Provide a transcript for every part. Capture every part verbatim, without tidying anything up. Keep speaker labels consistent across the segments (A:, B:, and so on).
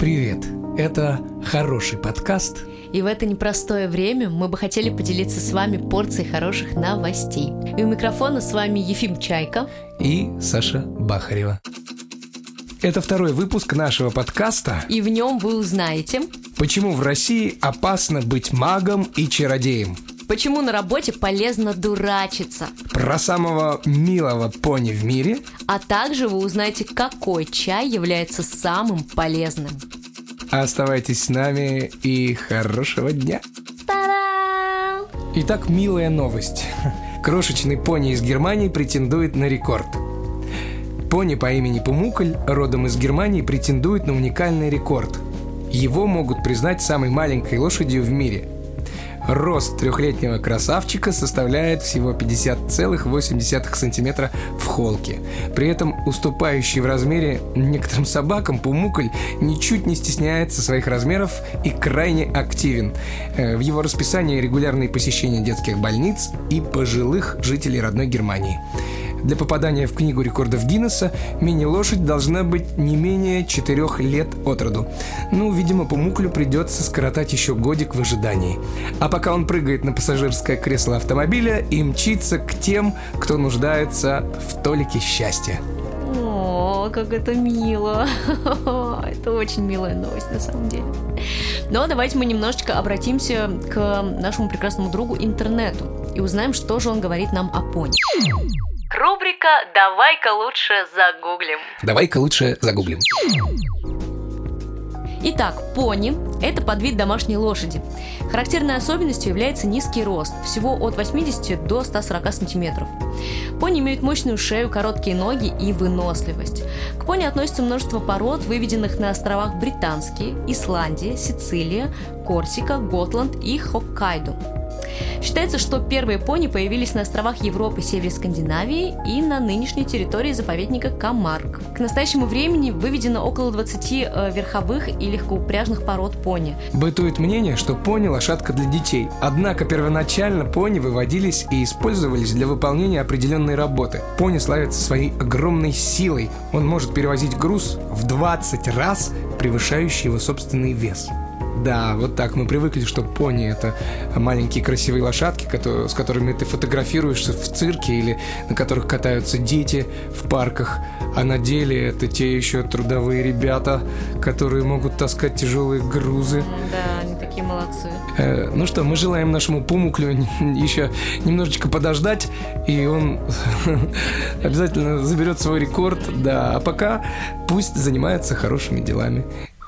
A: Привет! Это хороший подкаст.
B: И в это непростое время мы бы хотели поделиться с вами порцией хороших новостей. И у микрофона с вами Ефим Чайка
A: и Саша Бахарева. Это второй выпуск нашего подкаста.
B: И в нем вы узнаете,
A: почему в России опасно быть магом и чародеем,
B: почему на работе полезно дурачиться,
A: про самого милого пони в мире,
B: а также вы узнаете, какой чай является самым полезным.
A: Оставайтесь с нами и хорошего дня.
B: Та-дам!
A: Итак, милая новость. Крошечный пони из Германии претендует на рекорд. Пони по имени Пумукль, родом из Германии, претендует на уникальный рекорд. Его могут признать самой маленькой лошадью в мире. Рост трехлетнего красавчика составляет всего пятьдесят целых восемь десятых сантиметра в холке. При этом уступающий в размере некоторым собакам, Пумукль ничуть не стесняется своих размеров и крайне активен. В его расписании регулярные посещения детских больниц и пожилых жителей родной Германии. Для попадания в книгу рекордов Гиннесса мини-лошадь должна быть не менее четырех лет от роду. Ну, видимо, Пумуклю придется скоротать еще годик в ожидании. А пока он прыгает на пассажирское кресло автомобиля и мчится к тем, кто нуждается в толике счастья.
B: О, как это мило. Это очень милая новость на самом деле. Но давайте мы немножечко обратимся к нашему прекрасному другу интернету и узнаем, что же он говорит нам о пони. Рубрика «Давай-ка лучше загуглим».
A: Давай-ка лучше загуглим.
B: Итак, пони – это подвид домашней лошади. Характерной особенностью является низкий рост, всего от восьмидесяти до ста сорока сантиметров. Пони имеют мощную шею, короткие ноги и выносливость. К пони относится множество пород, выведенных на островах Британские, Исландия, Сицилия, Корсика, Готланд и Хоккайдо. Считается, что первые пони появились на островах Европы, севере Скандинавии и на нынешней территории заповедника Камарк. К настоящему времени выведено около двадцати верховых и легкоупряжных пород пони.
A: Бытует мнение, что пони – лошадка для детей. Однако первоначально пони выводились и использовались для выполнения определенной работы. Пони славится своей огромной силой. Он может перевозить груз в двадцать раз превышающий его собственный вес. Да, вот так мы привыкли, что пони – это маленькие красивые лошадки, которые, с которыми ты фотографируешься в цирке или на которых катаются дети в парках. А на деле это те еще трудовые ребята, которые могут таскать тяжелые грузы.
B: Да, они такие молодцы.
A: Э, ну что, мы желаем нашему Пумуклю еще немножечко подождать, и он обязательно заберет свой рекорд. Да, а пока пусть занимается хорошими делами.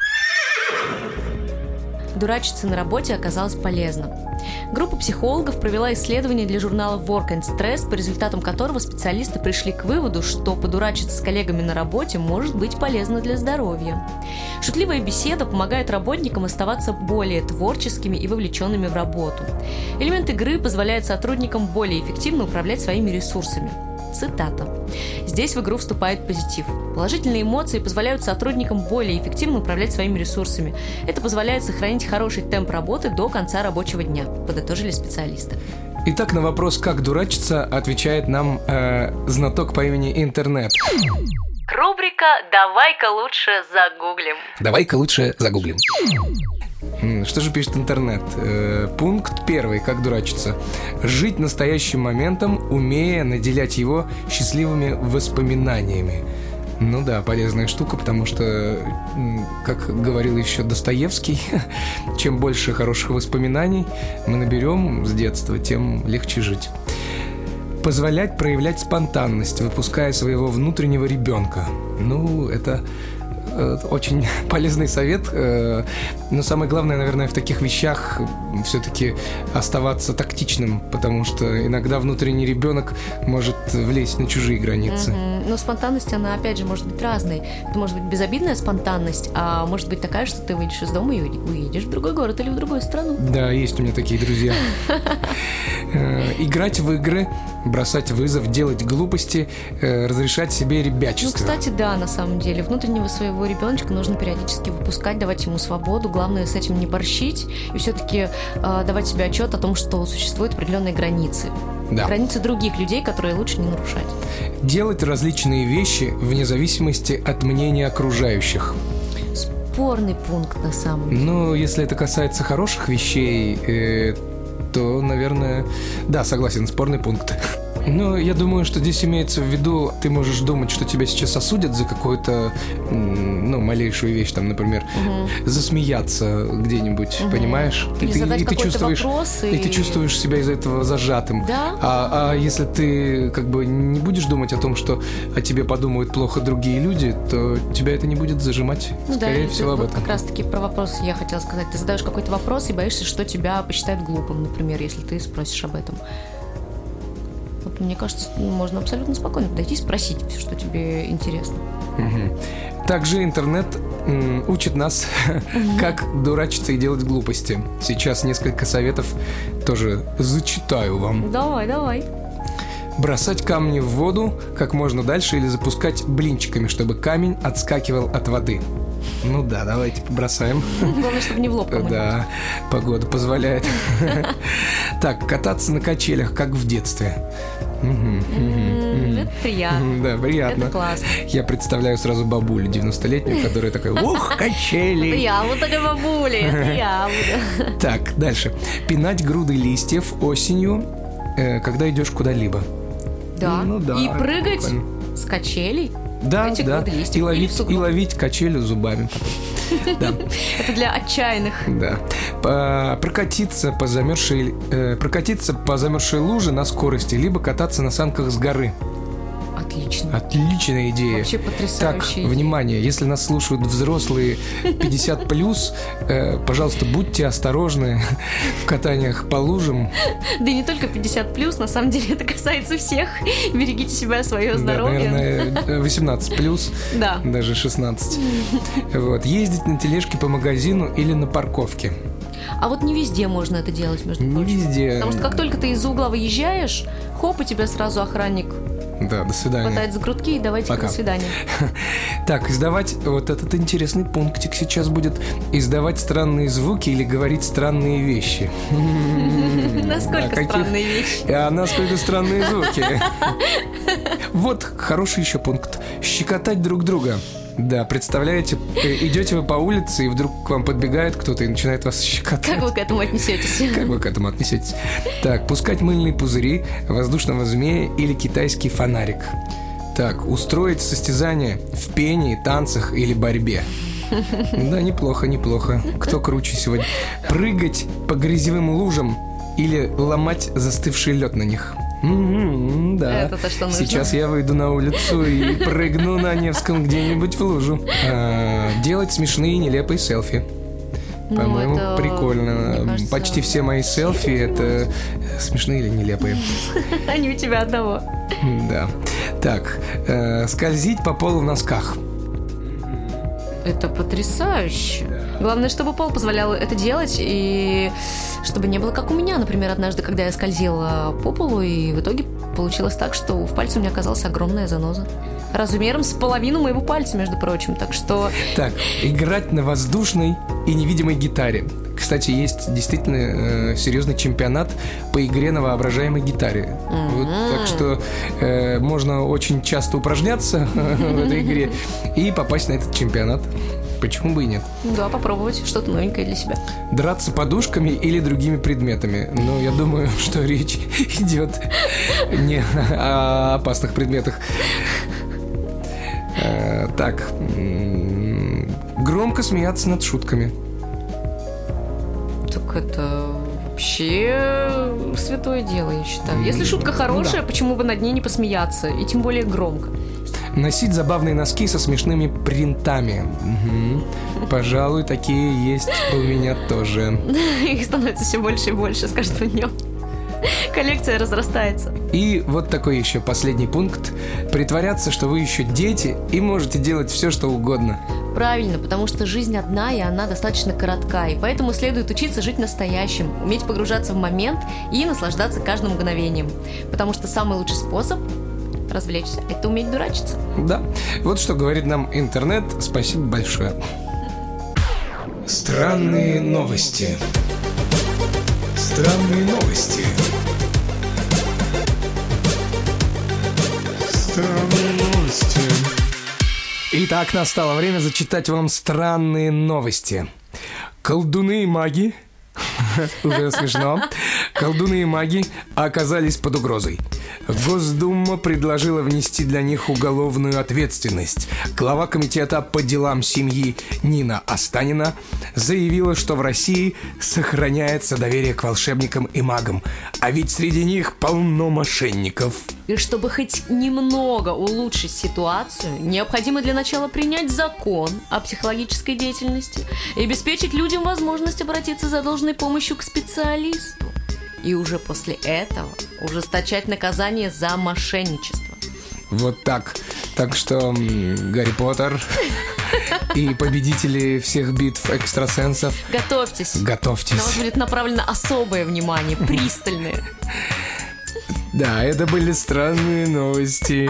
B: Дурачиться на работе оказалось полезно. Группа психологов провела исследование для журнала Work and Stress, по результатам которого специалисты пришли к выводу, что подурачиться с коллегами на работе может быть полезно для здоровья. Шутливая беседа помогает работникам оставаться более творческими и вовлеченными в работу. Элемент игры позволяет сотрудникам более эффективно управлять своими ресурсами. Цитата. Здесь в игру вступает позитив. Положительные эмоции позволяют сотрудникам более эффективно управлять своими ресурсами. Это позволяет сохранить хороший темп работы до конца рабочего дня, подытожили специалисты.
A: Итак, на вопрос «Как дурачиться?» отвечает нам э, знаток по имени Интернет.
B: Рубрика «Давай-ка лучше загуглим».
A: Давай-ка лучше загуглим. Что же пишет интернет? Э, пункт первый. Как дурачиться? Жить настоящим моментом, умея наделять его счастливыми воспоминаниями. Ну да, полезная штука, потому что, как говорил еще Достоевский, чем больше хороших воспоминаний мы наберем с детства, тем легче жить. Позволять проявлять спонтанность, выпуская своего внутреннего ребенка. Ну, это... очень полезный совет, но самое главное, наверное, в таких вещах все-таки оставаться тактичным, потому что иногда внутренний ребенок может влезть на чужие границы.
B: Mm-hmm. Но спонтанность, она, опять же, может быть разной. Это может быть безобидная спонтанность, а может быть такая, что ты выйдешь из дома и уедешь в другой город или в другую страну.
A: Да, есть у меня такие друзья. Играть в игры, бросать вызов, делать глупости, разрешать себе ребячество.
B: Ну, кстати, да, на самом деле, внутреннего своего ребеночка нужно периодически выпускать, давать ему свободу. Главное с этим не борщить и все-таки э, давать себе отчет о том, что существуют определенные границы. Да. Границы других людей, которые лучше не нарушать.
A: Делать различные вещи вне зависимости от мнения окружающих.
B: спорный пункт на самом деле.
A: Ну, если это касается хороших вещей, э, то, наверное, да, согласен, спорный пункт. Но я думаю, что здесь имеется в виду, ты можешь думать, что тебя сейчас осудят за какую-то, ну, малейшую вещь, там, например, угу. засмеяться где-нибудь, угу. понимаешь?
B: Или
A: и ты,
B: задать
A: и ты чувствуешь,
B: вопрос, и...
A: и ты чувствуешь себя из-за этого зажатым.
B: Да?
A: А, а если ты как бы не будешь думать о том, что о тебе подумают плохо другие люди, то тебя это не будет зажимать.
B: Ну,
A: Скорее
B: да,
A: всего,
B: ты,
A: об
B: вот
A: этом.
B: Как раз-таки про вопрос я хотела сказать. Ты задаешь какой-то вопрос и боишься, что тебя посчитают глупым, например, если ты спросишь об этом. Вот, мне кажется, можно абсолютно спокойно подойти и спросить все, что тебе интересно.
A: Угу. Также интернет м, учит нас, угу. как дурачиться и делать глупости. Сейчас несколько советов тоже зачитаю вам.
B: Давай, давай.
A: Бросать камни в воду как можно дальше или запускать блинчиками, чтобы камень отскакивал от воды. Ну да, давайте побросаем.
B: Главное, чтобы не в лоб кому-нибудь.
A: Да, погода позволяет. Так, кататься на качелях, как в детстве.
B: Это приятно.
A: Да, приятно.
B: Это классно.
A: Я представляю сразу бабулю девяностолетнюю, которая такая: ух, качели.
B: Это я вот такая бабуля, это я буду.
A: Так, дальше. Пинать груды листьев осенью, когда идешь куда-либо.
B: Да, и прыгать с качелей.
A: Да,
B: эти
A: да, и ловить, и ловить качели зубами. Да.
B: Это для отчаянных.
A: Да. По- прокатиться по замерзшей, э, прокатиться по замерзшей луже на скорости, либо кататься на санках с горы.
B: Отлично.
A: Отличная идея.
B: Вообще потрясающая
A: Так,
B: идея.
A: внимание, если нас слушают взрослые пятьдесят плюс, э, пожалуйста, будьте осторожны в катаниях по лужам.
B: Да и не только пятьдесят плюс, на самом деле это касается всех. Берегите себя, свое здоровье.
A: Да, наверное, восемнадцать плюс,
B: да.
A: Даже шестнадцать. Вот. Ездить на тележке по магазину или на парковке.
B: А вот не везде можно это делать, между прочим.
A: Не везде.
B: Потому что как только ты из-за угла выезжаешь, хоп, и тебя сразу охранник
A: Да, до свидания.
B: хватает за грудки и давайте
A: Пока.
B: до свидания.
A: Так, издавать, вот этот интересный пунктик сейчас будет. Издавать странные звуки или говорить странные вещи.
B: Насколько странные вещи?
A: А насколько странные звуки. Вот хороший еще пункт. Щекотать друг друга. Да, представляете, идете вы по улице, и вдруг к вам подбегает кто-то и начинает вас щекотать.
B: Как вы к этому отнесетесь?
A: Как вы к этому отнесетесь? Так, пускать мыльные пузыри, воздушного змея или китайский фонарик. Так, устроить состязание в пении, танцах или борьбе. Да, неплохо, неплохо. Кто круче сегодня? Прыгать по грязевым лужам или ломать застывший лед на них. Mm-hmm, да.
B: Это то, что нужно.
A: Сейчас я выйду на улицу и прыгну на Невском где-нибудь в лужу. А, делать смешные и нелепые селфи.
B: Ну,
A: По-моему,
B: это,
A: прикольно.
B: кажется...
A: Почти все мои селфи это смешные или нелепые.
B: Они у тебя одного.
A: Да. Так, э, скользить по полу в носках.
B: Это потрясающе. Главное, чтобы пол позволял это делать, и чтобы не было как у меня, например, однажды, когда я скользила по полу, и в итоге получилось так, что в пальце у меня оказалась огромная заноза. Размером с половину моего пальца, между прочим. Так что...
A: Так, играть на воздушной и невидимой гитаре. Кстати, есть действительно э, серьезный чемпионат по игре на воображаемой гитаре. Mm-hmm. Вот, так что э, можно очень часто упражняться в этой игре и попасть на этот чемпионат. Почему бы и нет?
B: Да, попробовать что-то новенькое для себя.
A: Драться подушками или другими предметами. Но я думаю, что речь идет не о опасных предметах. Э, так. Громко смеяться над шутками.
B: Так это вообще святое дело, я считаю. Если шутка хорошая,
A: да.
B: Почему бы над ней не посмеяться? И тем более громко.
A: Носить забавные носки со смешными принтами. Угу. Пожалуй, такие есть у меня тоже.
B: Их становится все больше и больше с каждым днем. Коллекция разрастается.
A: И вот такой еще последний пункт. Притворяться, что вы еще дети и можете делать все, что угодно.
B: Правильно, потому что жизнь одна, и она достаточно коротка. И поэтому следует учиться жить настоящим, уметь погружаться в момент и наслаждаться каждым мгновением. Потому что самый лучший способ развлечься – это уметь дурачиться.
A: Да, вот что говорит нам интернет. Спасибо большое. Странные новости. Странные новости. Странные новости. Итак, настало время зачитать вам странные новости. Колдуны и маги... Уже смешно. Колдуны и маги оказались под угрозой. Госдума предложила внести для них уголовную ответственность. Глава комитета по делам семьи Нина Останина заявила, что в России сохраняется доверие к волшебникам и магам, а ведь среди них полно мошенников.
B: И чтобы хоть немного улучшить ситуацию, необходимо для начала принять закон о психологической деятельности и обеспечить людям возможность обратиться за должной помощью к специалисту. И уже после этого ужесточать наказание за мошенничество.
A: Вот так. Так что Гарри Поттер и победители всех битв экстрасенсов,
B: готовьтесь.
A: Готовьтесь.
B: На вас будет направлено особое внимание, пристальное.
A: Да, это были странные новости.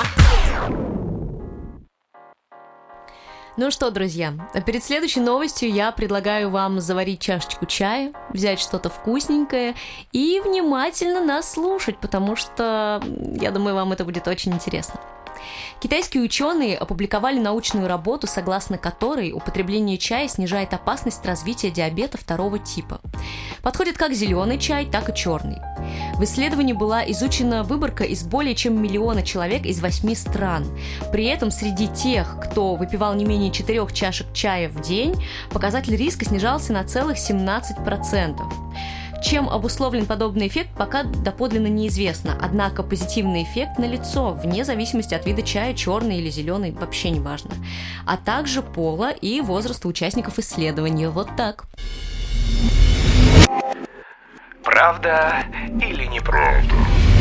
B: Ну что, друзья, перед следующей новостью я предлагаю вам заварить чашечку чая, взять что-то вкусненькое и внимательно нас слушать, потому что, я думаю, вам это будет очень интересно. Китайские ученые опубликовали научную работу, согласно которой употребление чая снижает опасность развития диабета второго типа. Подходит как зеленый чай, так и черный. В исследовании была изучена выборка из более чем миллиона человек из восьми стран. При этом среди тех, кто выпивал не менее четырех чашек чая в день, показатель риска снижался на целых семнадцать процентов. Чем обусловлен подобный эффект, пока доподлинно неизвестно, однако позитивный эффект налицо, вне зависимости от вида чая, черный или зеленый, вообще не важно, а также пола и возраста участников исследования. Вот так.
A: Правда или неправда?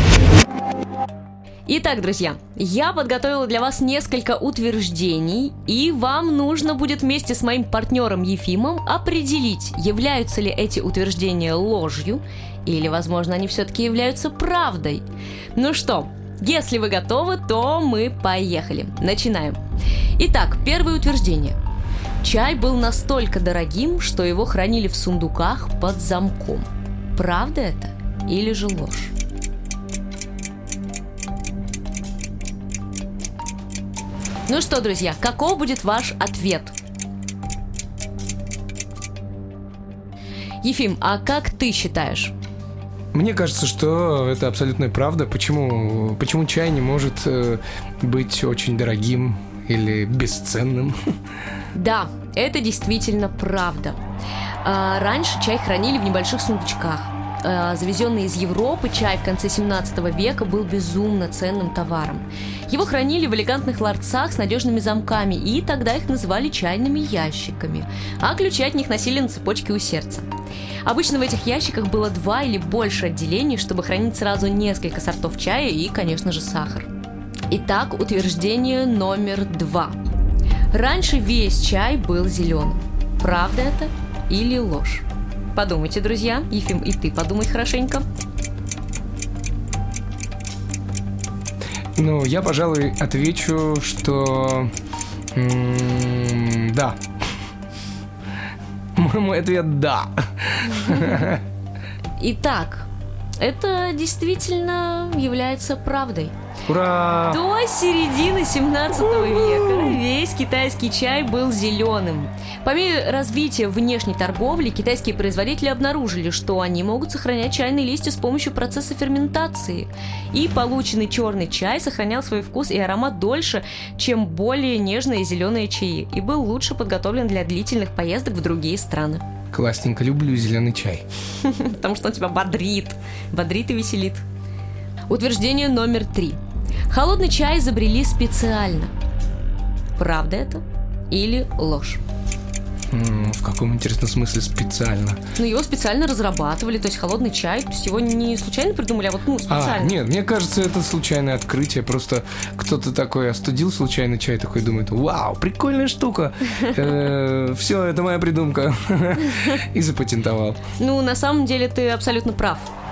B: Итак, друзья, я подготовила для вас несколько утверждений, и вам нужно будет вместе с моим партнером Ефимом определить, являются ли эти утверждения ложью, или, возможно, они все-таки являются правдой. Ну что, если вы готовы, то мы поехали. Начинаем. Итак, первое утверждение. Чай был настолько дорогим, что его хранили в сундуках под замком. Правда это или же ложь? Ну что, друзья, каков будет ваш ответ? Ефим, а как ты считаешь?
A: Мне кажется, что это абсолютная правда. Почему, почему чай не может э, быть очень дорогим или бесценным?
B: Да, это действительно правда. А, раньше чай хранили в небольших сундучках. А, завезенный из Европы чай в конце семнадцатого века был безумно ценным товаром. Его хранили в элегантных ларцах с надежными замками, и тогда их называли чайными ящиками, а ключи от них носили на цепочке у сердца. Обычно в этих ящиках было два или больше отделений, чтобы хранить сразу несколько сортов чая и, конечно же, сахар. Итак, утверждение номер два. Раньше весь чай был зеленым. Правда это или ложь? Подумайте, друзья. Ефим, и ты подумай хорошенько.
A: Ну, я, пожалуй, отвечу, что... М-м, да. Мой ответ «да».
B: Итак, это действительно является правдой.
A: Ура!
B: До середины семнадцатого века весь китайский чай был зеленым. По мере развития внешней торговли китайские производители обнаружили, что они могут сохранять чайные листья с помощью процесса ферментации. И полученный черный чай сохранял свой вкус и аромат дольше, чем более нежные зеленые чаи, и был лучше подготовлен для длительных поездок в другие страны.
A: Классненько, люблю зеленый чай.
B: Потому что он тебя бодрит. Бодрит и веселит. Утверждение номер три. Холодный чай изобрели специально. Правда это или ложь?
A: М-м, в каком, интересном смысле специально?
B: Ну, его специально разрабатывали, то есть холодный чай, то есть его не случайно придумали, а вот, ну, специально.
A: А, нет, мне кажется, это случайное открытие. Просто кто-то такой остудил случайно чай, такой думает: вау, прикольная штука. Все, это моя придумка. И запатентовал.
B: Ну, на самом деле ты абсолютно прав.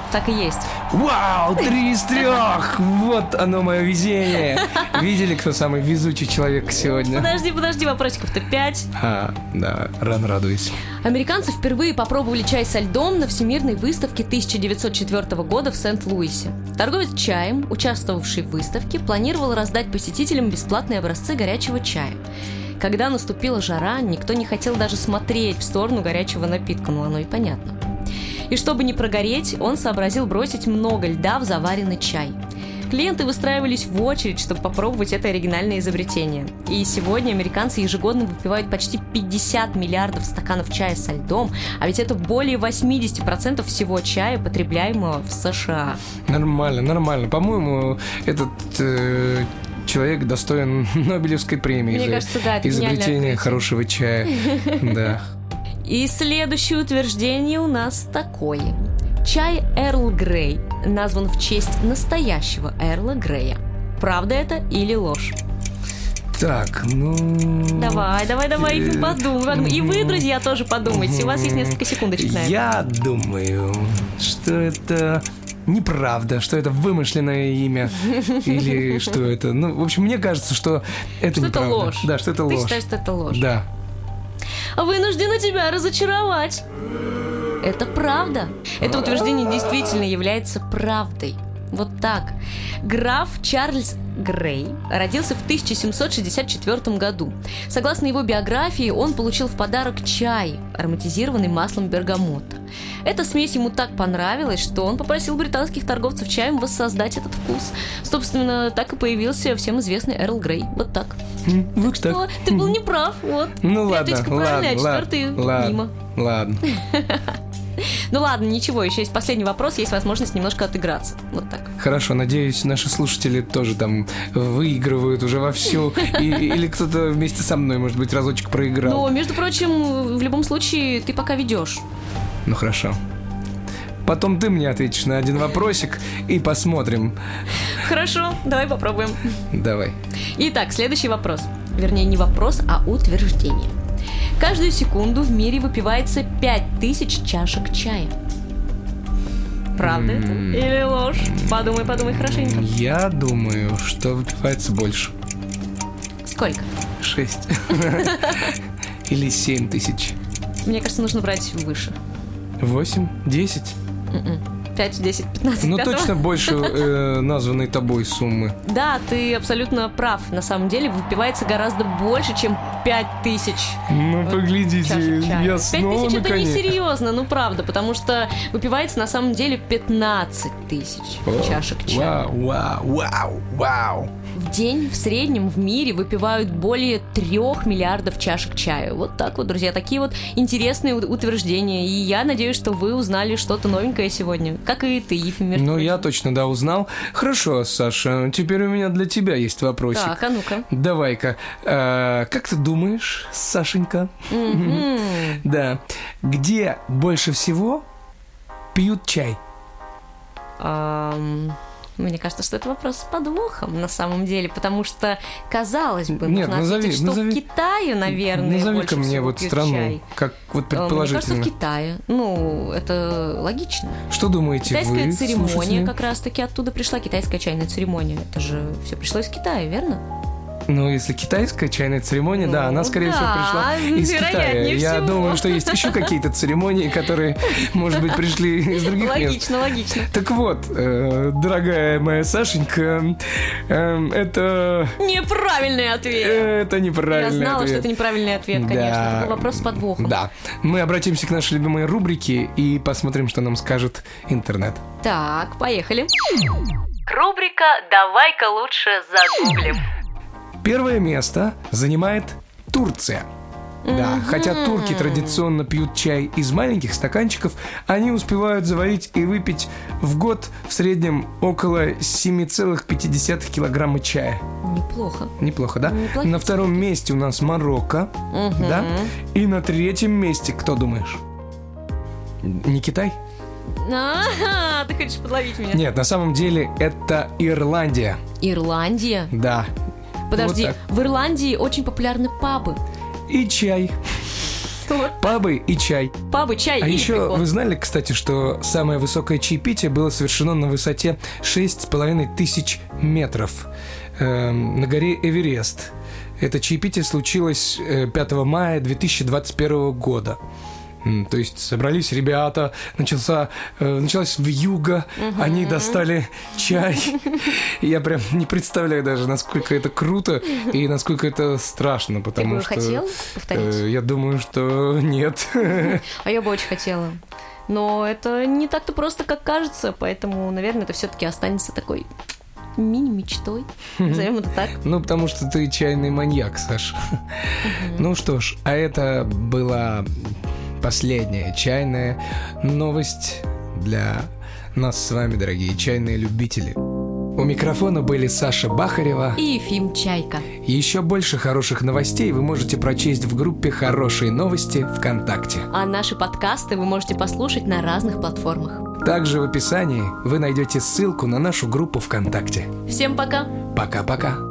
B: Так и есть.
A: Вау, три из трех! Вот оно мое везение. Видели, кто самый везучий человек сегодня?
B: Подожди, подожди, вопросиков-то пять.
A: А, да, рано радуюсь.
B: Американцы впервые попробовали чай со льдом на Всемирной выставке тысяча девятьсот четвёртого года в Сент-Луисе. Торговец чаем, участвовавший в выставке, планировал раздать посетителям бесплатные образцы горячего чая. Когда наступила жара, никто не хотел даже смотреть в сторону горячего напитка, ну оно и понятно. И чтобы не прогореть, он сообразил бросить много льда в заваренный чай. Клиенты выстраивались в очередь, чтобы попробовать это оригинальное изобретение. И сегодня американцы ежегодно выпивают почти пятьдесят миллиардов стаканов чая со льдом, а ведь это более восемьдесят процентов всего чая, потребляемого в США.
A: Нормально, нормально. По-моему, этот... Э... человек достоин Нобелевской премии.
B: Мне
A: за
B: кажется, да, это
A: изобретение хорошего чая. Да.
B: И следующее утверждение у нас такое. Чай Эрл Грей назван в честь настоящего Эрла Грея. Правда это или ложь?
A: Так, ну...
B: Давай, давай, давай, подумай. И вы, друзья, тоже подумайте. У вас есть несколько секундочек на это.
A: Я думаю, что это... неправда, что это вымышленное имя. Или что это... Ну, в общем, мне кажется, что это
B: что
A: неправда.
B: это ложь.
A: Да, что это
B: Ты
A: ложь.
B: считаешь, что это ложь?
A: Да.
B: Вынуждена тебя разочаровать. Это правда. Это утверждение действительно является правдой. Вот так. Граф Чарльз Грей родился в тысяча семьсот шестьдесят четвёртом году. Согласно его биографии, он получил в подарок чай, ароматизированный маслом бергамота. Эта смесь ему так понравилась, что он попросил британских торговцев чаем воссоздать этот вкус. Собственно, так и появился всем известный Эрл Грей. Вот так.
A: Вот
B: так. Что, ты был неправ, вот.
A: Ну ладно,
B: Треточка правильная,
A: ладно,
B: а четвертый
A: ладно,
B: мимо.
A: Ладно.
B: Ну ладно, ничего, еще есть последний вопрос, есть возможность немножко отыграться. Вот так.
A: Хорошо, надеюсь, наши слушатели тоже там выигрывают уже вовсю. И, или кто-то вместе со мной, может быть, разочек проиграл.
B: Но, между прочим, в любом случае, ты пока ведешь.
A: Ну хорошо. Потом ты мне ответишь на один вопросик и посмотрим.
B: Хорошо, давай попробуем.
A: Давай.
B: Итак, следующий вопрос. Вернее, не вопрос, а утверждение. Каждую секунду в мире выпивается пять тысяч чашек чая. Правда mm-hmm. это? Или ложь? Подумай, подумай хорошенько.
A: Я думаю, что выпивается больше.
B: Сколько?
A: Шесть. Или семь тысяч.
B: Мне кажется, нужно брать выше.
A: Восемь? Десять?
B: пять, десять, пятнадцать.
A: Ну, точно больше э, названной тобой суммы.
B: Да, ты абсолютно прав. На самом деле выпивается гораздо больше, чем пять тысяч.
A: Ну, поглядите, я снова
B: пять тысяч это
A: наконец.
B: несерьезно, ну правда, потому что выпивается на самом деле пятнадцать тысяч чашек чая.
A: Вау, вау, вау, вау.
B: В день в среднем в мире выпивают более трех миллиардов чашек чая. Вот так вот, друзья, такие вот интересные утверждения. И я надеюсь, что вы узнали что-то новенькое сегодня. Как и ты, Ефим.
A: Ну, я точно, да, узнал. Хорошо, Саша, теперь у меня для тебя есть вопросик.
B: Так, а ну-ка.
A: Давай-ка. А, как ты думаешь, Сашенька?
B: Mm-hmm.
A: Да. Где больше всего пьют чай?
B: Um... Мне кажется, что это вопрос с подвохом на самом деле, потому что, казалось бы,
A: Нет,
B: нужно
A: назови,
B: ответить, что
A: назови,
B: в Китае, наверное,
A: назови-ка
B: больше
A: мне
B: всего
A: вот
B: пьют
A: страну,
B: чай.
A: как вот предположительно.
B: Мне кажется, в Китае. Ну, это логично.
A: Что думаете
B: Китайская
A: вы,
B: церемония
A: слушатели?
B: как раз-таки оттуда пришла, китайская чайная церемония. Это же все пришло из Китая, верно?
A: Ну, если китайская чайная церемония, ну, да, она, скорее
B: да,
A: всего, пришла из Китая. Я
B: всего.
A: думаю, что есть еще какие-то церемонии, которые, может быть, пришли из других
B: логично,
A: мест.
B: Логично, логично.
A: Так вот, э, дорогая моя Сашенька, э, это...
B: Неправильный ответ.
A: Это неправильный ответ.
B: Я знала, ответ. Что это неправильный ответ, конечно. Да. Это был вопрос с подвохом.
A: Да. Мы обратимся к нашей любимой рубрике и посмотрим, что нам скажет интернет.
B: Так, поехали. Рубрика «Давай-ка лучше загуглим».
A: Первое место занимает Турция. Да, mm-hmm. хотя турки традиционно пьют чай из маленьких стаканчиков, они успевают заварить и выпить в год в среднем около семь целых пять десятых килограмма чая.
B: Неплохо.
A: Неплохо, да?
B: Неплохо.
A: На втором месте у нас Марокко,
B: mm-hmm.
A: да? И на третьем месте, кто думаешь? Не Китай?
B: А-ха, ты хочешь подловить меня?
A: Нет, на самом деле это Ирландия.
B: Ирландия?
A: Да.
B: Подожди,
A: вот
B: в Ирландии очень популярны пабы.
A: И чай.
B: Что?
A: Пабы и чай.
B: Пабы, чай
A: А
B: или
A: еще
B: прикол?
A: вы знали, кстати, что самое высокое чаепитие было совершено на высоте шесть с половиной тысяч метров э, на горе Эверест. Это чаепитие случилось э, пятого мая две тысячи двадцать первого года. М, То есть собрались ребята, начался, э, началась вьюга, они достали чай. И я прям не представляю даже, насколько это круто и насколько это страшно,
B: Ты
A: потому
B: бы
A: что...
B: хотел повторить?
A: э, Я думаю, что нет.
B: А я бы очень хотела. Но это не так-то просто, как кажется, поэтому, наверное, это все-таки останется такой мини-мечтой. Назовем это так.
A: Ну, потому что ты чайный маньяк, Саша. Ну что ж, а это была последняя чайная новость для нас с вами, дорогие чайные любители. У микрофона были Саша Бахарева.
B: И Ефим Чайка.
A: Еще больше хороших новостей вы можете прочесть в группе «Хорошие новости» ВКонтакте.
B: А наши подкасты вы можете послушать на разных платформах.
A: Также в описании вы найдете ссылку на нашу группу ВКонтакте.
B: Всем пока!
A: Пока-пока.